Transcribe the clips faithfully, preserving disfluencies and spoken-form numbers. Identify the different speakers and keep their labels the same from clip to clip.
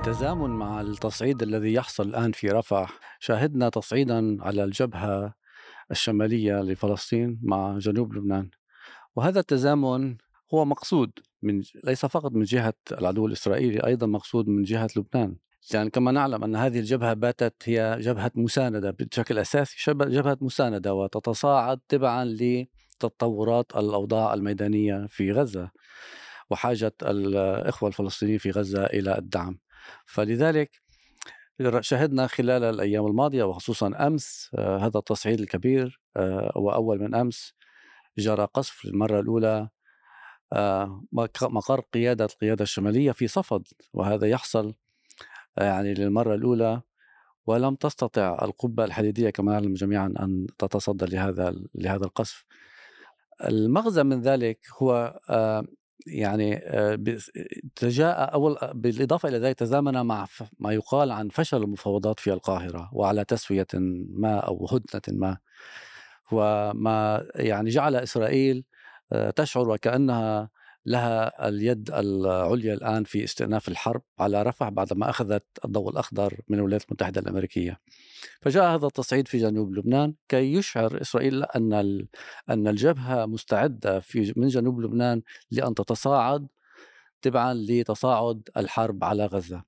Speaker 1: بالتزامن مع التصعيد الذي يحصل الآن في رفح، شاهدنا تصعيدًا على الجبهة الشمالية لفلسطين مع جنوب لبنان، وهذا التزامن هو مقصود من ج ليس فقط من جهة العدو الإسرائيلي، أيضًا مقصود من جهة لبنان، لأن كما نعلم أن هذه الجبهة باتت هي جبهة مساندة بشكل أساسي شب جبهة مساندة وتتصاعد تبعًا لتطورات الأوضاع الميدانية في غزة، وحاجة الإخوة الفلسطينيين في غزة إلى الدعم. فلذلك ر شهدنا خلال الأيام الماضية وخصوصًا أمس آآ هذا التصعيد الكبير، آآ وأول من أمس جرى قصف للمرة الأولى آآ مق مقر قيادة القيادة الشمالية في صفد، وهذا يحصل آه، يعني للمرة الأولى، ولم تستطع القبة الحديدية كما نعلم جميعًا أن تتصدى لهذا ال لهذا القصف. المغزى من ذلك هو آآ يعني آآ بس تجاء أول بالإضافة إلى ذلك تزامن مع ف ما يُقال عن فشل المفاوضات في القاهرة وعلى تسوية ما أو هدنة ما، وما يعني جعل إسرائيل آآ تشعر وكأنها لها اليد العُليا الآن في استئناف الحرب على رفح بعدما أخذت الضوء الأخضر من الولايات المتحدة الأمريكية. فجاء هذا التصعيد في جنوب لبنان كي يشعر إسرائيل أن ال أن الجبهة مستعدة في من جنوب لبنان لأن تتصاعد تبعًا لتصاعد الحرب على غزة.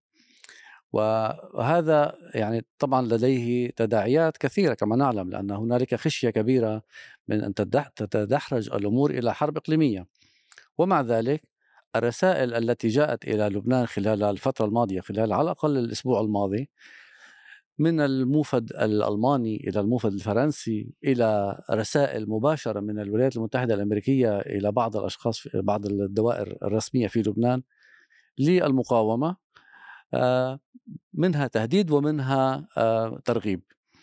Speaker 1: وهذا يعني طبعًا لديه تداعيات كثيرة كما نعلم، لأن هنالك خشية كبيرة من أن تدح تتدحرج الأمور إلى حرب إقليمية. ومع ذلك الرسائل التي جاءت إلى لبنان خلال الفترة الماضية، خلال على الأقل الأسبوع الماضي، من الموفد الألماني إلى الموفد الفرنسي إلى رسائل مباشرة من الولايات المتحدة الأمريكية إلى بعض الأشخاص في بعض الدوائر الرسمية في لبنان للمقاومة، آآ منها تهديد ومنها آآ ترغيب.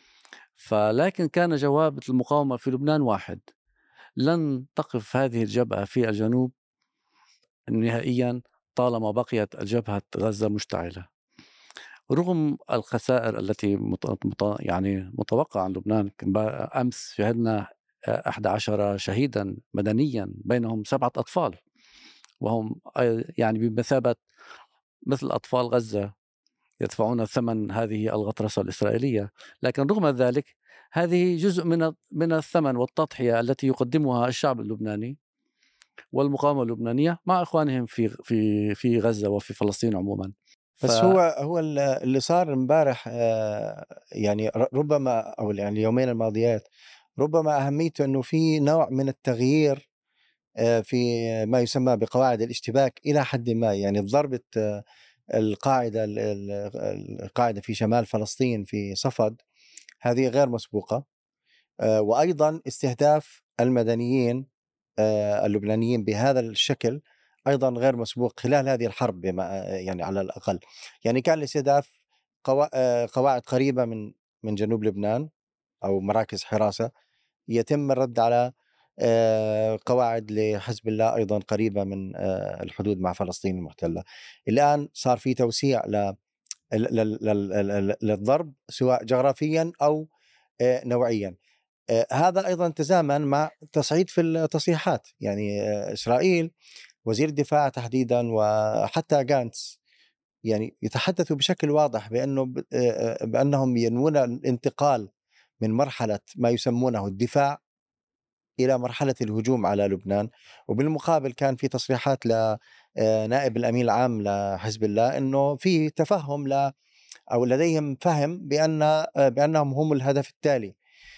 Speaker 1: فلكن كان جواب المقاومة في لبنان واحد: لن تقف هذه الجبهة في الجنوب نهائيًا طالما بقيت الجبهة غزة مشتعلة. رغم الخسائر التي مت مت يعني متوقعة عن لبنان، ب أمس شهدنا أ أحد عشر شهيدًا مدنيًا بينهم سبعة أطفال، وهم أي يعني بمثابة مثل أطفال غزة يدفعون ثمن هذه الغطرسة الإسرائيلية. لكن رغم ذلك هذه جزء من ال من الثمن والتضحية التي يقدمها الشعب اللبناني والمقاومة اللبنانية مع إخوانهم في في في غزة وفي فلسطين عمومًا. ف
Speaker 2: بس هو هو ال اللي صار امبارح آآ يعني ر ربما أو يعني اليومين الماضيات، ربما أهميته إنه في نوع من التغيير آآ في ما يسمى بقواعد الاشتباك إلى حدٍ ما، يعني ضربة آه، القاعدة ال ال القاعدة في شمال فلسطين في صفد، هذه غير مسبوقة، آآ وأيضًا استهداف المدنيين آآ اللبنانيين بهذا الشكل أيضًا غير مسبوق خلال هذه الحرب بما يعني على الأقل. يعني كان الاستهداف قوا آآ قواعد قريبة من من جنوب لبنان أو مراكز حراسة، يتم الرد على آآ قواعد لحزب الله أيضًا قريبة من آآ الحدود مع فلسطين المحتلة. الآن صار في توسيع ل ل لل لل لل للضرب سواء جغرافيًا أو آآ نوعيًا. آآ هذا أيضًا تزامن مع تصعيد في التصريحات، يعني آآ إسرائيل وزير الدفاع تحديدًا وحتى جانتس يعني يتحدثوا بشكل واضح بأنه ب آآ بأنهم ينوون الانتقال من مرحلة ما يسمونه الدفاع إلى مرحلة الهجوم على لبنان. وبالمقابل كان في تصريحات ل آآ نائب الأمين العام لحزب الله إنه في تفهم ل أو لديهم فهم بأن آآ بأنهم هم الهدف التالي.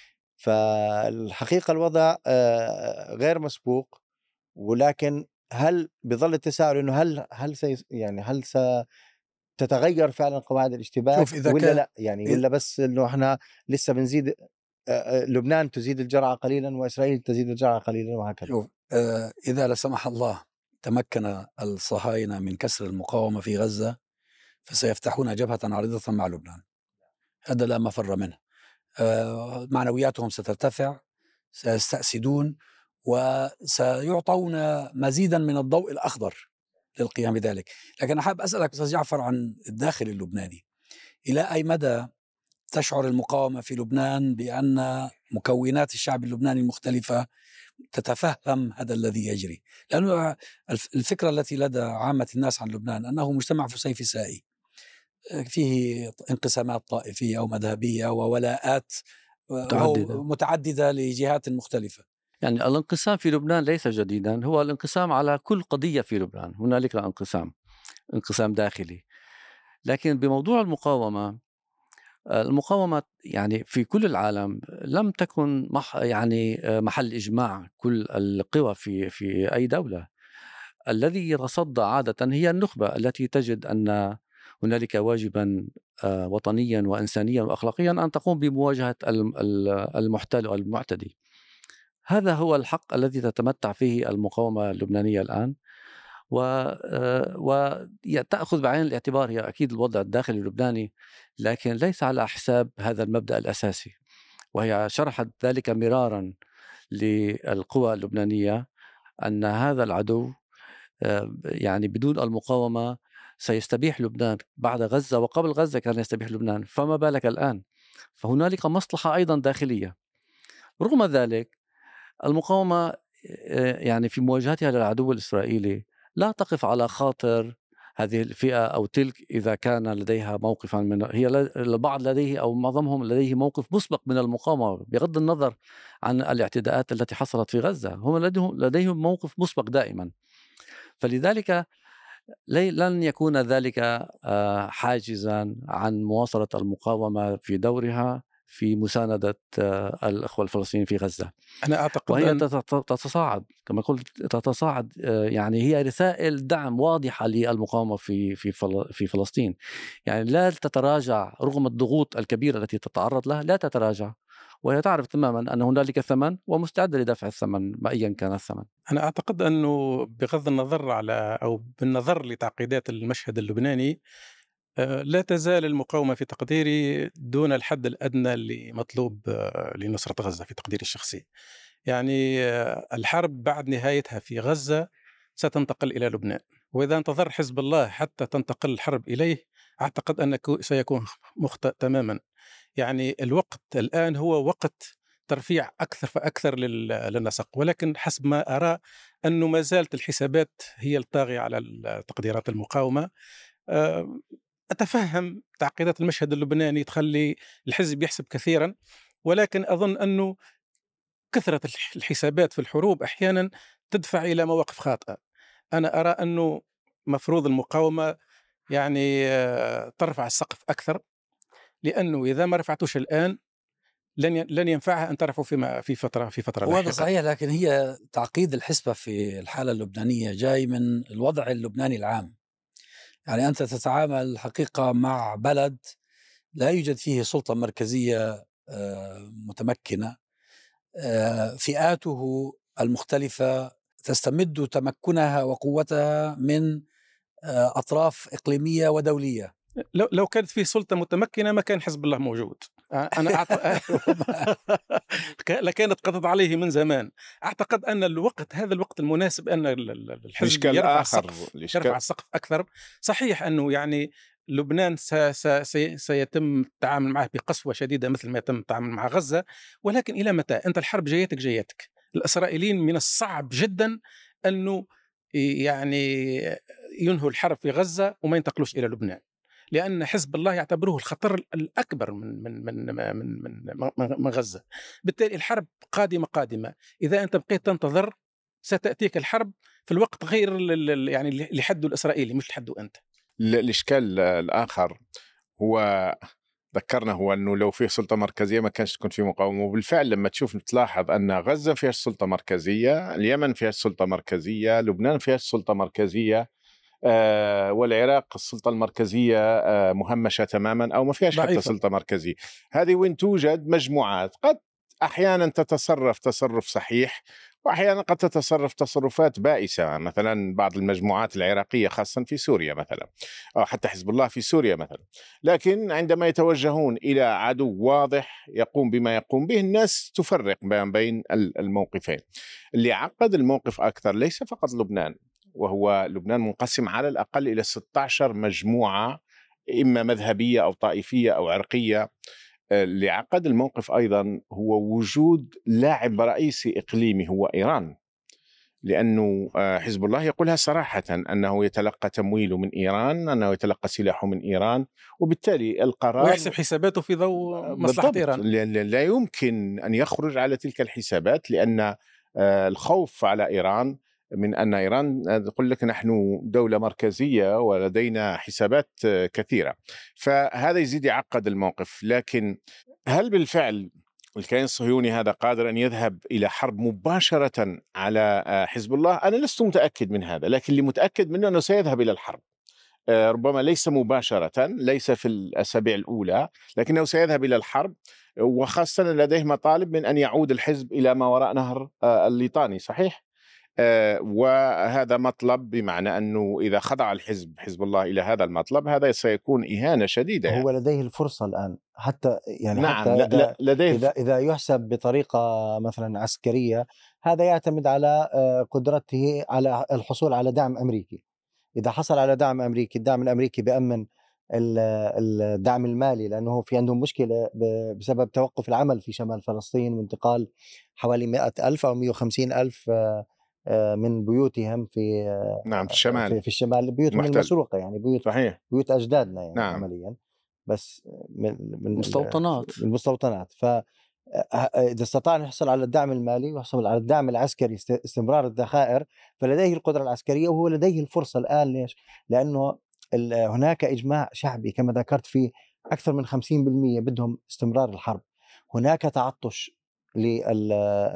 Speaker 2: فالحقيقة الوضع آآ غير مسبوق، ولكن هل بظل التساؤل إنه هل هل سيس يعني هل ستتغيّر فعلًا قواعد
Speaker 3: شوف
Speaker 2: الاشتباك
Speaker 3: إذا
Speaker 2: والّا
Speaker 3: كان
Speaker 2: لأ؟ يعني
Speaker 3: إ
Speaker 2: والّا بس إنه إحنا لسه بنزيد آآ آآ لبنان تزيد الجرعة قليلًا وإسرائيل تزيد الجرعة قليلًا وهكذا.
Speaker 3: شوف آآ إذا لا سمح الله تمكن الصهاينة من كسر المقاومة في غزة، فسيفتحون جبهة عريضة مع لبنان، هذا لا مفر منه. آآ معنوياتهم سترتفع، سيستأسدون، وسيعطون مزيدًا من الضوء الأخضر للقيام بذلك. لكن حابب أسألك أستاذ جعفر عن الداخل اللبناني، إلى أي مدى تشعر المقاومة في لبنان بأن مكونات الشعب اللبناني المختلفة تتفهم هذا الذي يجري؟ لأنه الف الفكرة التي لدى عامة الناس عن لبنان أنه مجتمع فسيفسائي، فيه انقسامات طائفية أو مذهبية وولاءات
Speaker 1: متعددة.
Speaker 3: متعددة لجهات مختلفة.
Speaker 1: يعني الانقسام في لبنان ليس جديدا، هو الانقسام على كل قضية في لبنان هنالك انقسام انقسام داخلي. لكن بموضوع المقاومة، المقاومة يعني في كل العالم لم تكن مح يعني محل إجماع كل القوى في في أي دولة. الذي يتصدى عادة هي النخبة التي تجد أن هنالك واجبا وطنيا وإنسانيا وأخلاقيا أن تقوم بمواجهة المحتال والمعتدي. هذا هو الحق الذي تتمتع فيه المقاومة اللبنانية الآن، وتأخذ بعين الاعتبار هي أكيد الوضع الداخلي اللبناني، لكن ليس على حساب هذا المبدأ الأساسي. وهي شرحت ذلك مرارا للقوى اللبنانية أن هذا العدو يعني بدون المقاومة سيستبيح لبنان بعد غزة، وقبل غزة كان يستبيح لبنان، فما بالك الآن. فهنالك مصلحة أيضا داخلية. رغم ذلك المقاومة يعني في مواجهتها للعدو الإسرائيلي لا تقف على خاطر هذه الفئة أو تلك إذا كان لديها موقفا من هي البعض لديه أو معظمهم لديه موقف مسبق من المقاومة، بغض النظر عن الاعتداءات التي حصلت في غزة، هم لديهم لديهم موقف مسبق دائما. فلذلك لن يكون ذلك حاجزا عن مواصلة المقاومة في دورها في مساندة الأخوة الفلسطينيين في غزة.
Speaker 3: أنا أعتقد
Speaker 1: وهي
Speaker 3: أن
Speaker 1: تتصاعد كما قلت تتصاعد يعني هي رسائل دعم واضحة للمقاومة في في في فلسطين. يعني لا تتراجع رغم الضغوط الكبيرة التي تتعرض لها، لا تتراجع، وهي تعرف تماما أن هنالك ثمن ومستعدة لدفع الثمن ما أيا كان الثمن.
Speaker 4: أنا أعتقد أنه بغض النظر على أو بالنظر لتعقيدات المشهد اللبناني، لا تزال المقاومة في تقديري دون الحد الأدنى اللي مطلوب لنصرة غزة في تقديري الشخصي. يعني الحرب بعد نهايتها في غزة ستنتقل إلى لبنان، وإذا انتظر حزب الله حتى تنتقل الحرب إليه أعتقد أنه سيكون مخطئ تماما. يعني الوقت الآن هو وقت ترفيع أكثر فأكثر للنسق، ولكن حسب ما أرى أنه ما زالت الحسابات هي الطاغية على تقديرات المقاومة. أتفهم تعقيدات المشهد اللبناني تخلي الحزب يحسب كثيرا، ولكن أظن أنه كثرة الحسابات في الحروب أحيانا تدفع إلى مواقف خاطئة. أنا أرى أنه مفروض المقاومة يعني ترفع السقف أكثر، لأنه إذا ما رفعتوش الآن لن لن ينفعها أن ترفعوا فيما في فترة في فترة لاحقة.
Speaker 3: وهذا صحيح، لكن هي تعقيد الحسبة في الحالة اللبنانية جاي من الوضع اللبناني العام. يعني أنت تتعامل حقيقة مع بلد لا يوجد فيه سلطة مركزية متمكنة، فئاته المختلفة تستمد تمكنها وقوتها من أطراف إقليمية ودولية.
Speaker 4: لو لو كانت فيه سلطة متمكنة ما كان حزب الله موجود. أنا أعتقد لكانت قضت عليه من زمان. أعتقد أن الوقت هذا الوقت المناسب أن الحزب يرفع السقف يرفع السقف أكثر. صحيح أنه يعني لبنان سيتم التعامل معه بقسوة شديدة مثل ما يتم التعامل مع غزة، ولكن إلى متى؟ أنت الحرب جيتك جيتك. الإسرائيليين من الصعب جدا أنه يعني ينهوا الحرب في غزة وما ينتقلوش إلى لبنان، لأن حزب الله يعتبره الخطر الأكبر من من من من من, من غزة. بالتالي الحرب قادمة قادمة. إذا أنت بقيت تنتظر ستأتيك الحرب في الوقت غير يعني لحد الإسرائيلي مش لحده أنت.
Speaker 5: الإشكال الآخر هو ذكرنا هو أنه لو فيه سلطة مركزية ما كانش تكون في مقاومة، وبالفعل لما تشوف تلاحظ أن غزة فيها سلطة مركزية، اليمن فيها سلطة مركزية، لبنان فيها سلطة مركزية، آه والعراق السلطة المركزية آه مهمشة تماما أو ما فيهاش حتى سلطة مركزية. هذه وين توجد مجموعات قد أحيانا تتصرف تصرف صحيح وأحيانا قد تتصرف تصرفات بائسة، مثلا بعض المجموعات العراقية خاصة في سوريا مثلا، أو حتى حزب الله في سوريا مثلا. لكن عندما يتوجهون إلى عدو واضح يقوم بما يقوم به، الناس تفرق بين الموقفين. اللي عقد الموقف أكثر ليس فقط لبنان، وهو لبنان منقسم على الأقل إلى ستة عشر مجموعة إما مذهبية أو طائفية أو عرقية. اللي عقد الموقف أيضا هو وجود لاعب رئيسي إقليمي هو إيران. لأنه حزب الله يقولها صراحة أنه يتلقى تمويله من إيران، أنه يتلقى سلاحه من إيران، وبالتالي القرار
Speaker 4: ويحسب حساباته في ضوء مصلحة إيران.
Speaker 5: لا يمكن أن يخرج على تلك الحسابات، لأن الخوف على إيران من أن إيران تقول لك نحن دولة مركزية ولدينا حسابات كثيرة، فهذا يزيد يعقد الموقف. لكن هل بالفعل الكيان الصهيوني هذا قادر أن يذهب إلى حرب مباشرة على حزب الله؟ أنا لست متأكد من هذا، لكن اللي متأكد منه أنه سيذهب إلى الحرب، ربما ليس مباشرة، ليس في الأسابيع الأولى، لكنه سيذهب إلى الحرب، وخاصة لديه مطالب من أن يعود الحزب إلى ما وراء نهر الليطاني، صحيح؟ آه وهذا مطلب، بمعنى أنه إذا خضع الحزب حزب الله إلى هذا المطلب هذا سيكون إهانة شديدة.
Speaker 2: هو
Speaker 5: يعني.
Speaker 2: لديه الفرصة الآن حتى يعني
Speaker 5: نعم
Speaker 2: حتى
Speaker 5: لا لا لديه
Speaker 2: إذا, إذا يحسب بطريقة مثلا عسكرية، هذا يعتمد على قدرته على الحصول على دعم أمريكي. إذا حصل على دعم أمريكي، الدعم الأمريكي بيأمن الدعم المالي، لأنه في عندهم مشكلة بسبب توقف العمل في شمال فلسطين وانتقال حوالي مئة ألف أو مئة وخمسين ألف من بيوتهم في
Speaker 5: نعم في الشمال
Speaker 2: في, في الشمال بيوتهم
Speaker 5: محتل.
Speaker 2: المسروقة، يعني بيوت
Speaker 5: صحيح.
Speaker 2: بيوت أجدادنا يعني
Speaker 5: نعم.
Speaker 2: عمليا، بس من من
Speaker 1: مستوطنات
Speaker 2: المستوطنات. فإذا استطاع أن يحصل على الدعم المالي ويحصل على الدعم العسكري، استمرار الذخائر، فلديه القدرة العسكرية، وهو لديه الفرصة الآن. ليش؟ لأنه هناك إجماع شعبي كما ذكرت في أكثر من خمسين بالمئة بدهم استمرار الحرب. هناك تعطش لل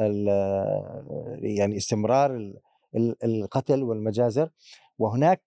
Speaker 2: يعني استمرار القتل والمجازر، وهناك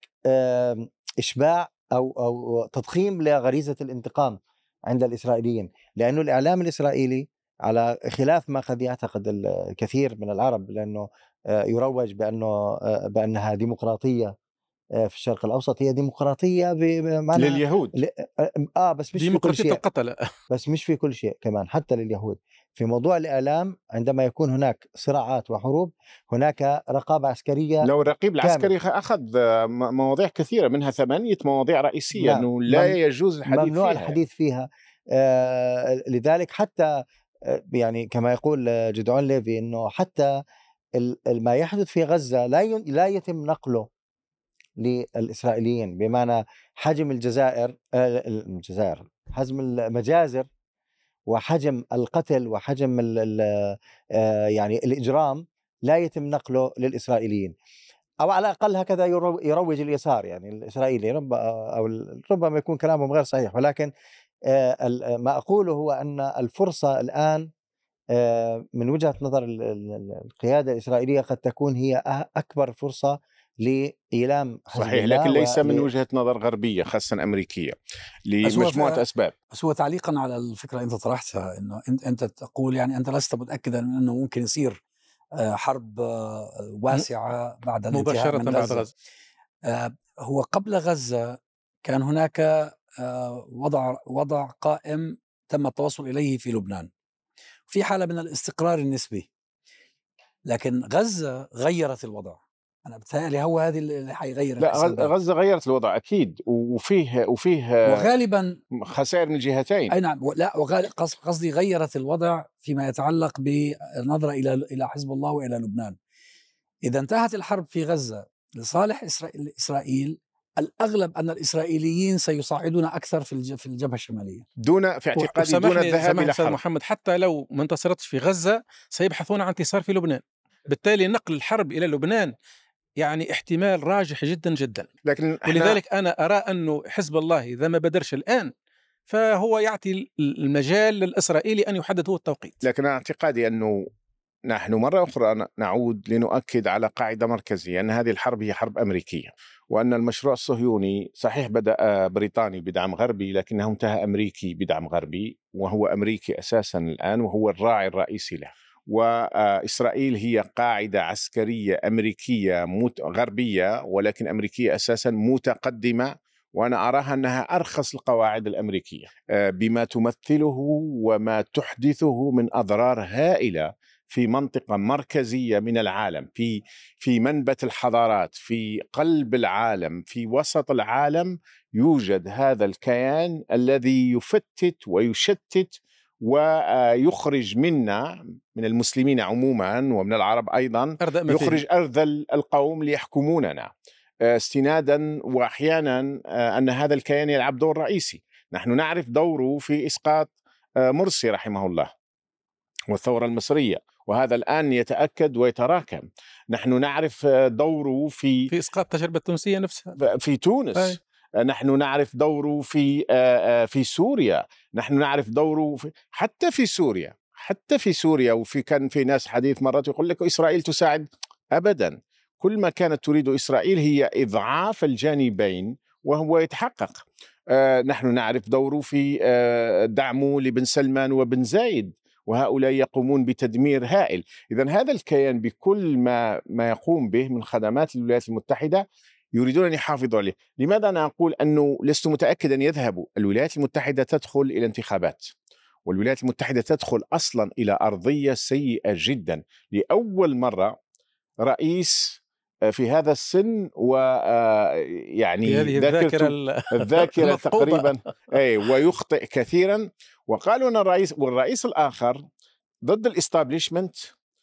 Speaker 2: إشباع أو أو تضخيم لغريزة الانتقام عند الإسرائيليين، لأنه الإعلام الإسرائيلي على خلاف ما قد يعتقد الكثير من العرب، لأنه يروج بأنه بأنها ديمقراطية في الشرق الأوسط، هي ديمقراطية بمعنى
Speaker 5: لليهود
Speaker 2: ل... آه بس مش في كل شيء،
Speaker 4: القتلة.
Speaker 2: بس مش في كل شيء كمان، حتى لليهود. في موضوع الإعلام عندما يكون هناك صراعات وحروب هناك رقابة عسكرية.
Speaker 5: لو الرقيب العسكري أخذ مواضيع كثيرة، منها ثمانية مواضيع رئيسية، نعم. أنه لا مم... يجوز الحديث
Speaker 2: ممنوع
Speaker 5: فيها.
Speaker 2: الحديث فيها. آه لذلك حتى يعني كما يقول جدعون ليفي أنه حتى ما يحدث في غزة لا ي... لا يتم نقله للإسرائيليين، بمعنى حجم الجزائر الجزائر حجم المجازر وحجم القتل وحجم ال ال يعني الإجرام لا يتم نقله للإسرائيليين، أو على الأقل هكذا يروج اليسار يعني الإسرائيلي، رب أو ربما يكون كلامهم غير صحيح، ولكن ما أقوله هو أن الفرصة الآن من وجهة نظر القيادة الإسرائيلية قد تكون هي أكبر فرصة لإيلام حزب
Speaker 5: صحيح،
Speaker 2: الله،
Speaker 5: لكن ليس من وجهة نظر غربية خاصة أمريكية لمجموعة أسباب.
Speaker 3: بس هو تعليقا على الفكرة اللي أنت طرحتها، إنه أنت تقول يعني أنت لست متأكدا من أنه ممكن يصير حرب واسعة بعد الانتهاء من غزة. بعد غزة. هو قبل غزة كان هناك وضع وضع قائم تم التوصل إليه في لبنان، في حالة من الاستقرار النسبي، لكن غزة غيرت الوضع. أنا بتهيألي هو هذه اللي حيغير.
Speaker 5: لا غزة غيرت الوضع أكيد، وفيه وفيه
Speaker 3: وغالبا
Speaker 5: خسائر من الجهتين.
Speaker 3: أي نعم، لا قصدي غيرت الوضع فيما يتعلق بالنظرة إلى إلى حزب الله وإلى لبنان. إذا انتهت الحرب في غزة لصالح إسرائيل، الأغلب أن الإسرائيليين سيصعدون أكثر في في الجبهة الشمالية،
Speaker 5: دون في اعتقادي دون الذهاب إلى حرب.
Speaker 4: محمد حتى لو ما انتصرتش في غزة سيبحثون عن انتصار في لبنان، بالتالي نقل الحرب إلى لبنان يعني احتمال راجح جدا جدا.
Speaker 5: لكن
Speaker 4: ولذلك أنا أرى أنه حزب الله إذا ما بدرش الآن فهو يعطي المجال للإسرائيلي أن يحدد هو التوقيت.
Speaker 5: لكن اعتقادي أنه نحن مرة أخرى نعود لنؤكد على قاعدة مركزية، أن هذه الحرب هي حرب أمريكية، وأن المشروع الصهيوني صحيح بدأ بريطاني بدعم غربي، لكنه انتهى أمريكي بدعم غربي، وهو أمريكي أساسا الآن وهو الراعي الرئيسي له. وإسرائيل هي قاعدة عسكرية أمريكية غربية، ولكن أمريكية أساسا متقدمة، وأنا أراها أنها أرخص القواعد الأمريكية بما تمثله وما تحدثه من أضرار هائلة في منطقة مركزية من العالم، في في منبت الحضارات، في قلب العالم، في وسط العالم يوجد هذا الكيان الذي يفتت ويشتت ويخرج منا من المسلمين عموما ومن العرب أيضا يخرج أرذل القوم ليحكموننا استنادا وأحيانا أن هذا الكيان يلعب دور رئيسي. نحن نعرف دوره في إسقاط مرسي رحمه الله والثورة المصرية، وهذا الآن يتأكد ويتراكم. نحن نعرف دوره في
Speaker 4: في إسقاط التجربة التونسية نفسها
Speaker 5: في تونس. أي. نحن نعرف دوره في في سوريا، نحن نعرف دوره في حتى في سوريا حتى في سوريا وفي كان في ناس حديث مرات يقول لك إسرائيل تساعد. أبدا، كل ما كانت تريد إسرائيل هي إضعاف الجانبين وهو يتحقق. نحن نعرف دوره في دعمه لبن سلمان وبن زايد، وهؤلاء يقومون بتدمير هائل. إذن هذا الكيان بكل ما ما يقوم به من خدمات للولايات المتحدة يريدون أن يحافظوا عليه. لماذا أنا أقول أنه لست متأكد أن يذهبوا؟ الولايات المتحدة تدخل إلى انتخابات، والولايات المتحدة تدخل أصلا إلى أرضية سيئة جدا. لأول مرة رئيس في هذا السن ويعني
Speaker 4: الذاكرة
Speaker 5: الذاكرة تقريبا أي ويخطئ كثيرا. وقالوا أن الرئيس والرئيس الآخر ضد الإستابليشمنت،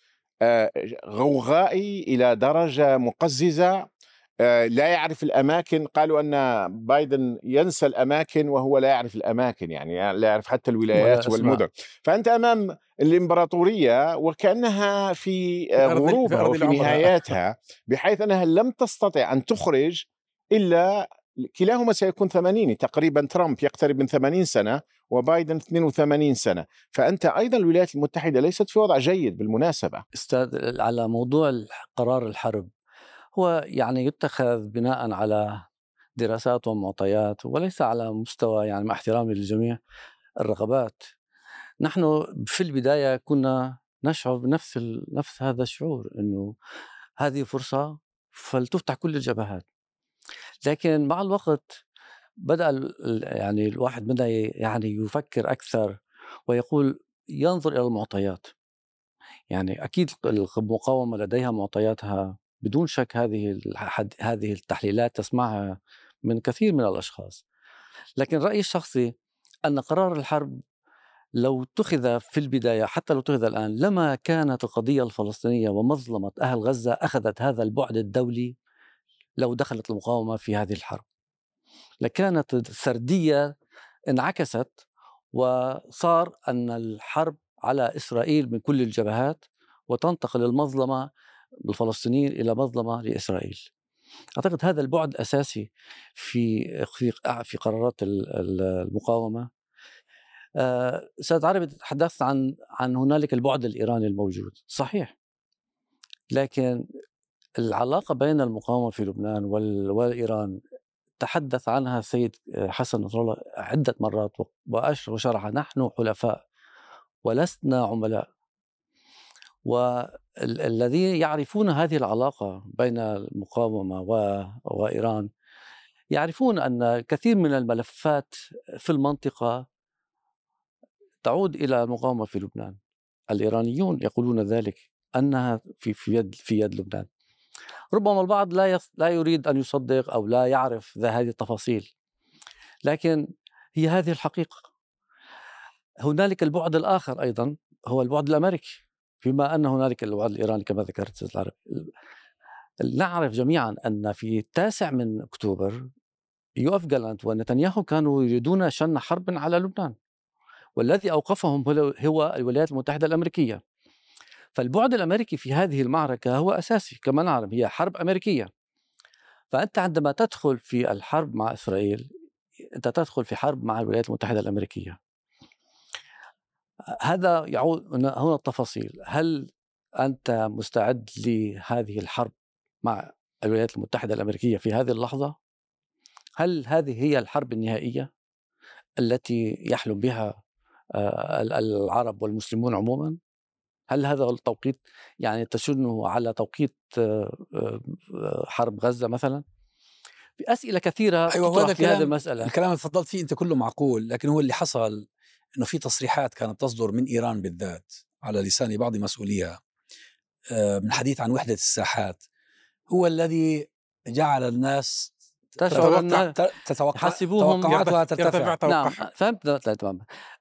Speaker 5: غوغائي إلى درجة مقززة، لا يعرف الأماكن. قالوا أن بايدن ينسى الأماكن وهو لا يعرف الأماكن، يعني لا يعرف حتى الولايات والمدن. فأنت أمام الإمبراطورية وكأنها في غروبها وفي نهاياتها، بحيث أنها لم تستطع أن تخرج إلا كلاهما سيكون ثمانين تقريبا. ترامب يقترب من ثمانين سنة وبايدن اثنين وثمانين سنة. فأنت أيضا الولايات المتحدة ليست في وضع جيد بالمناسبة.
Speaker 1: أستاذ، على موضوع قرار الحرب، هو يعني يتخذ بناء على دراسات ومعطيات وليس على مستوى، يعني مع احترامي للجميع، الرغبات. نحن في البداية كنا نشعر بنفس نفس هذا الشعور، إنه هذه فرصة فلتفتح كل الجبهات. لكن مع الوقت بدأ يعني الواحد بدأ يعني يفكر أكثر ويقول ينظر إلى المعطيات. يعني أكيد المقاومة لديها معطياتها بدون شك. هذه هذه التحليلات تسمعها من كثير من الأشخاص. لكن رأيي الشخصي أن قرار الحرب لو اتخذ في البداية، حتى لو اتخذ الآن، لما كانت القضية الفلسطينية ومظلمة أهل غزة أخذت هذا البعد الدولي لو دخلت المقاومة في هذه الحرب، لكانت السردية انعكست وصار أن الحرب على إسرائيل من كل الجبهات، وتنتقل المظلمة بالفلسطينيين إلى مظلمة لإسرائيل. أعتقد هذا البعد أساسي في في قرارات المقاومة. أستاذ عربي، تحدثت عن عن هنالك البعد الإيراني الموجود، صحيح، لكن العلاقة بين المقاومة في لبنان والإيران تحدث عنها السيد حسن نصر الله عدة مرات وأشرح وشرح: نحن حلفاء ولسنا عملاء. والذين يعرفون هذه العلاقة بين المقاومة وإيران يعرفون أن كثير من الملفات في المنطقة تعود إلى المقاومة في لبنان. الإيرانيون يقولون ذلك، أنها في في يد في يد لبنان. ربما البعض لا يص... لا يريد أن يصدق أو لا يعرف هذه التفاصيل، لكن هي هذه الحقيقة. هنالك البعد الآخر أيضا، هو البعد الأمريكي، بما أن هنالك البعد الإيراني كما ذكرت أستاذ العربي. نعرف جميعا أن في التاسع من أكتوبر يوف جالانت ونتنياهو كانوا يريدون شن حرب على لبنان، والذي أوقفهم هو الولايات المتحدة الأمريكية. فالبعد الأمريكي في هذه المعركة هو أساسي. كما نعلم هي حرب أمريكية. فأنت عندما تدخل في الحرب مع إسرائيل أنت تدخل في حرب مع الولايات المتحدة الأمريكية. هذا يعود هنا التفاصيل. هل أنت مستعد لهذه الحرب مع الولايات المتحدة الأمريكية في هذه اللحظة؟ هل هذه هي الحرب النهائية التي يحلم بها العرب والمسلمون عموما؟ هل هذا التوقيت يعني تشنه على توقيت حرب غزة مثلا؟ في أسئلة كثيرة
Speaker 3: أيوة
Speaker 1: تطرح في هذه المسألة.
Speaker 3: الكلام اللي تفضلت فيه أنت كله معقول، لكن هو اللي حصل أنه في تصريحات كانت تصدر من إيران بالذات على لسان بعض مسؤوليها من حديث عن وحدة الساحات، هو الذي جعل الناس
Speaker 1: تشعر أن
Speaker 3: تتوقع
Speaker 1: تحسبوهم
Speaker 3: توقعاتها ترتفع.
Speaker 1: نعم، فهمت تماما.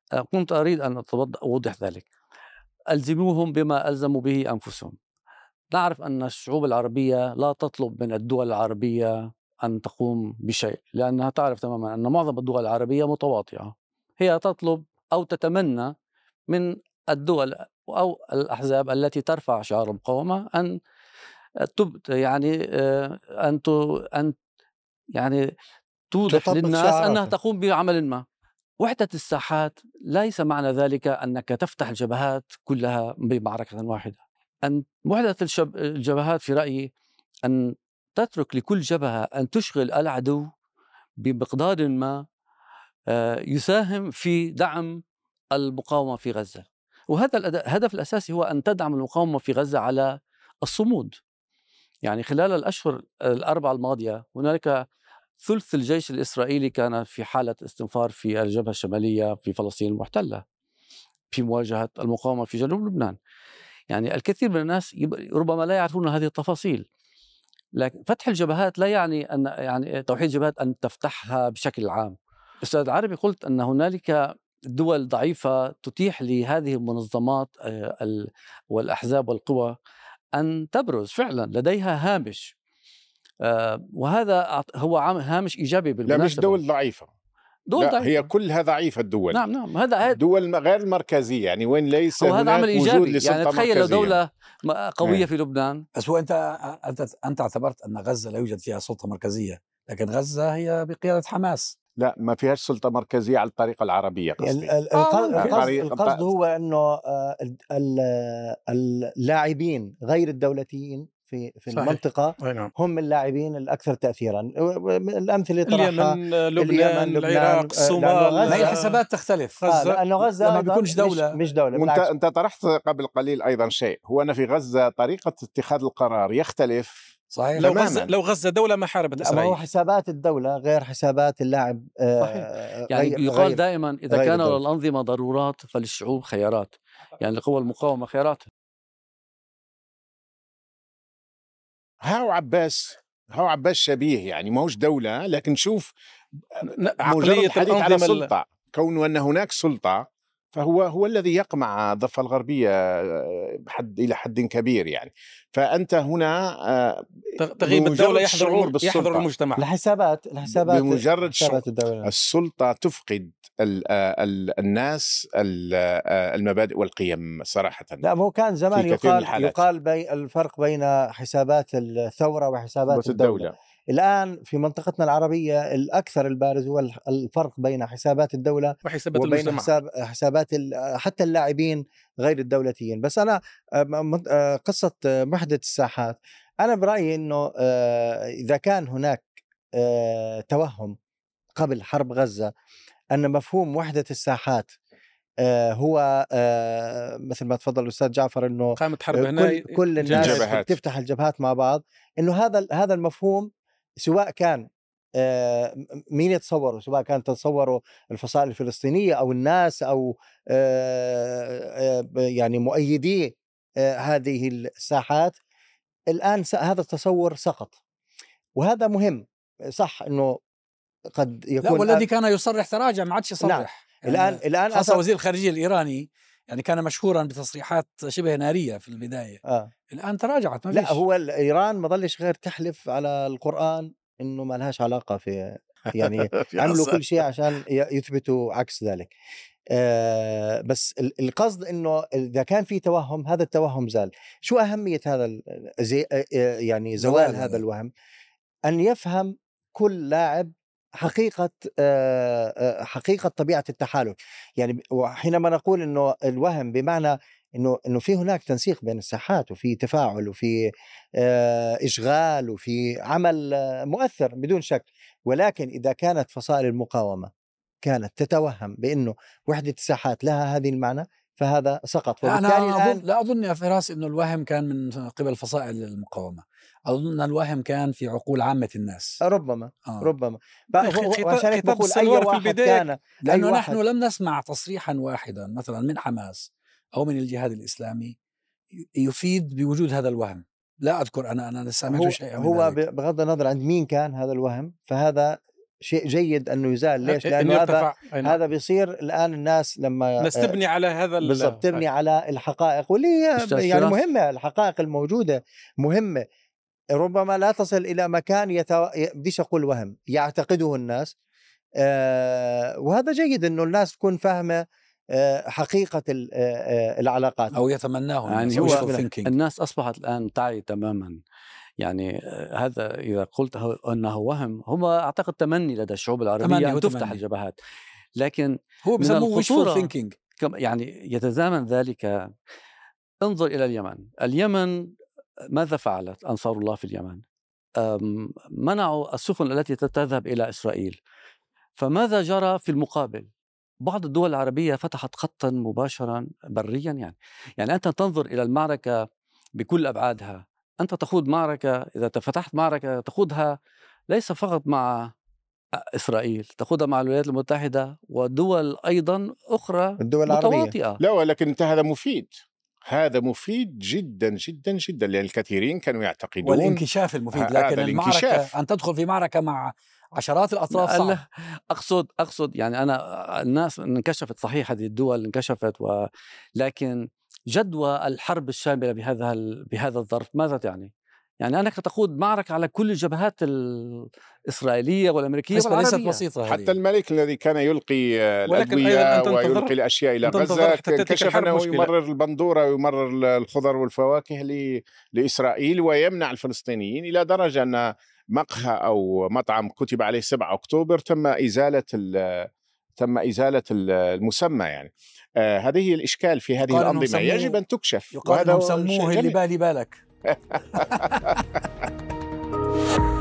Speaker 1: كنت أريد أن أوضح ذلك. ألزموهم بما ألزموا به أنفسهم. نعرف أن الشعوب العربية لا تطلب من الدول العربية أن تقوم بشيء، لأنها تعرف تماما أن معظم الدول العربية متواطئة. هي تطلب أو تتمنى من الدول أو الأحزاب التي ترفع شعار المقاومة أن تبت يعني أن أن يعني توضح للناس أنها تقوم بعمل ما. وحدة الساحات ليس معنى ذلك أنك تفتح الجبهات كلها بمعركة واحدة. أن وحدة الجبهات في رأيي أن تترك لكل جبهة أن تشغل العدو بمقدار ما يساهم في دعم المقاومة في غزة. وهذا الهدف الأساسي هو أن تدعم المقاومة في غزة على الصمود. يعني خلال الأشهر الأربعة الماضية هنالك ثلث الجيش الإسرائيلي كان في حالة استنفار في الجبهة الشمالية في فلسطين المحتلة في مواجهة المقاومة في جنوب لبنان. يعني الكثير من الناس ربما لا يعرفون هذه التفاصيل. لكن فتح الجبهات لا يعني أن يعني توحيد الجبهات أن تفتحها بشكل عام. أستاذ عربي، قلت أن هنالك دول ضعيفة تتيح لهذه المنظمات والأحزاب والقوى أن تبرز فعلا، لديها هامش، وهذا هو هامش إيجابي بالمناسبة.
Speaker 5: لا مش دول ضعيفة،
Speaker 1: دول
Speaker 5: لا
Speaker 1: ضعيفة.
Speaker 5: هي كلها ضعيفة الدول.
Speaker 1: نعم نعم هذا
Speaker 5: دول غير مركزية، يعني وين ليس
Speaker 1: هو
Speaker 5: هناك
Speaker 1: عمل
Speaker 5: وجود
Speaker 1: إيجابي.
Speaker 5: لسلطة
Speaker 1: يعني تخيل
Speaker 5: مركزية.
Speaker 1: دولة قوية في لبنان.
Speaker 3: بس هو أنت أنت أنت اعتبرت أن غزة لا يوجد فيها سلطة مركزية، لكن غزة هي بقيادة حماس.
Speaker 5: لا ما فيهاش سلطة مركزية على الطريقة العربية قصدي.
Speaker 2: آه القصد, القصد هو أنه اللاعبين غير الدولتين في في صحيح. المنطقة هم اللاعبين الأكثر تأثيرا. الأمثلة طرحها
Speaker 4: اليمن، لبنان، العراق، الصومال.
Speaker 3: ما هي الحسابات تختلف.
Speaker 2: غزة. لأنه غزة
Speaker 3: ما بيكونش دولة
Speaker 2: مش, مش دولة.
Speaker 5: وانت أنت طرحت قبل قليل أيضا شيء، هو أن في غزة طريقة اتخاذ القرار يختلف.
Speaker 3: صحيح.
Speaker 4: لو غزة لو غزة دولة ما حاربت إسرائيل.
Speaker 2: ما هو حسابات الدولة غير حسابات اللاعب.
Speaker 1: صحيح. يعني
Speaker 2: غير
Speaker 1: يقال دائما إذا كان
Speaker 2: الدولة.
Speaker 1: للأنظمة ضرورات فللشعوب خيارات. يعني لقوى المقاومة خيارات.
Speaker 5: هاو عباس هاو عباس شبيه، يعني ما هوش دولة، لكن شوف
Speaker 4: عقلية
Speaker 5: الحديث على سلطة، كونه أن هناك سلطة فهو هو الذي يقمع الضفة الغربية بحد إلى حد كبير. يعني فأنت هنا
Speaker 4: تغيب الدولة يحضر يحضر المجتمع.
Speaker 2: الحسابات الحسابات
Speaker 5: بمجرد
Speaker 2: حسابات الدولة.
Speaker 5: السلطة تفقد ال ال الناس ال المبادئ والقيم صراحة.
Speaker 2: لا مو كان زمان يقال يقال بي الفرق بين حسابات الثورة وحسابات الدولة. الدولة. الآن في منطقتنا العربية الأكثر البارز هو الفرق بين حسابات الدولة
Speaker 4: وحسابات
Speaker 2: وبين
Speaker 4: المجتمع.
Speaker 2: حساب حسابات حتى اللاعبين غير الدولتيين. بس أنا قصة وحدة الساحات، أنا برأيي أنه إذا كان هناك توهم قبل حرب غزة أن مفهوم وحدة الساحات هو مثل ما تفضل الأستاذ جعفر أنه
Speaker 4: قامت حرب
Speaker 2: كل, كل الناس
Speaker 5: الجبهات.
Speaker 2: تفتح الجبهات مع بعض، أنه هذا هذا المفهوم سواء كان مين يتصوره، سواء كان تتصوروا الفصائل الفلسطينية أو الناس أو يعني مؤيدي هذه الساحات، الآن هذا التصور سقط. وهذا مهم. صح أنه قد يكون
Speaker 3: لا، والذي كان يصرح تراجع، ما عادش يصرح.
Speaker 2: نعم.
Speaker 3: يعني
Speaker 2: الآن الآن
Speaker 3: خاصة وزير الخارجية الإيراني يعني كان مشهورا بتصريحات شبه نارية في البداية.
Speaker 2: آه.
Speaker 3: الآن تراجعت. ما
Speaker 2: لا
Speaker 3: فيش.
Speaker 2: هو إيران ما ظلش غير تحلف على القرآن إنه ما لهاش علاقة في يعني عملوا كل شيء عشان يثبتوا عكس ذلك. آه بس القصد إنه إذا كان في توهم هذا التوهم زال. شو أهمية هذا زي يعني زوال هذا الوهم؟ أن يفهم كل لاعب حقيقة حقيقة طبيعة التحالف. يعني حينما نقول إنه الوهم بمعنى إنه إنه في هناك تنسيق بين الساحات وفي تفاعل وفي إشغال وفي عمل مؤثر بدون شك، ولكن إذا كانت فصائل المقاومة كانت تتوهم بأنه وحدة الساحات لها هذه المعنى فهذا سقط.
Speaker 3: أنا أظن لا أظن يا فراس إنه الوهم كان من قبل فصائل المقاومة، أظن الوهم كان في عقول عامة الناس.
Speaker 2: ربما
Speaker 3: آه.
Speaker 2: ربما وعشان هيك بقول أي واحد كان،
Speaker 3: لأنه نحن لم نسمع تصريحا واحدا مثلا من حماس أو من الجهاد الإسلامي يفيد بوجود هذا الوهم. لا أذكر أنا أنا سمعت شيئا من
Speaker 2: هو
Speaker 3: ذلك.
Speaker 2: بغض النظر عند مين كان هذا الوهم، فهذا شيء جيد انه يزال. ليش؟ لانه هذا هذا بيصير الان الناس لما
Speaker 4: الناس تبني على هذا
Speaker 2: بالضبط، تبني على الحقائق واللي هي يعني مهمه، الحقائق الموجوده مهمه، ربما لا تصل الى مكان يتو... بديش اقول وهم يعتقده الناس. آه وهذا جيد انه الناس تكون فاهمه آه حقيقه آه العلاقات
Speaker 3: او يتمناه.
Speaker 1: يعني هو الناس اصبحت الان تعي تماما. يعني هذا إذا قلت أنه وهم، هم أعتقد تمني لدى الشعوب العربية أن تفتح الجبهات، لكن
Speaker 3: هو بيسموه wishful thinking.
Speaker 1: يعني يتزامن ذلك. انظر إلى اليمن. اليمن ماذا فعلت أنصار الله في اليمن؟ منعوا السفن التي تذهب إلى إسرائيل. فماذا جرى في المقابل؟ بعض الدول العربية فتحت خطا مباشرا بريا. يعني يعني أنت تنظر إلى المعركة بكل أبعادها. أنت تخوض معركة، إذا فتحت معركة تخوضها ليس فقط مع إسرائيل، تخوضها مع الولايات المتحدة ودول أيضا أخرى
Speaker 2: الدول
Speaker 1: متواطئة.
Speaker 5: لا ولكن انت هذا مفيد، هذا مفيد جدا جدا جدا، لأن الكثيرين كانوا يعتقدون
Speaker 3: والانكشاف المفيد، لكن المعركة أن تدخل في معركة مع عشرات الأطراف صعب.
Speaker 1: أقصد أقصد يعني أنا الناس انكشفت، صحيح هذه الدول انكشفت، و... لكن جدوى الحرب الشاملة بهذا بهذا الظرف ماذا تعني؟ يعني أنك تخوض معركة على كل الجبهات الإسرائيلية والأمريكية والعربية.
Speaker 3: ليست بسيطة
Speaker 5: حتى هذه. الملك الذي كان يلقي الأدوية ويلقي الأشياء إلى غزة كشف أنه يمرر البندورة ويمرر الخضر والفواكه لإسرائيل ويمنع الفلسطينيين، إلى درجة أن مقهى أو مطعم كتب عليه سبعة أكتوبر تم إزالة تم إزالة المسمى. يعني آه هذه هي الإشكال في هذه الأنظمة، يجب أن تكشف.
Speaker 3: وهذا سموه اللي بالي بالك.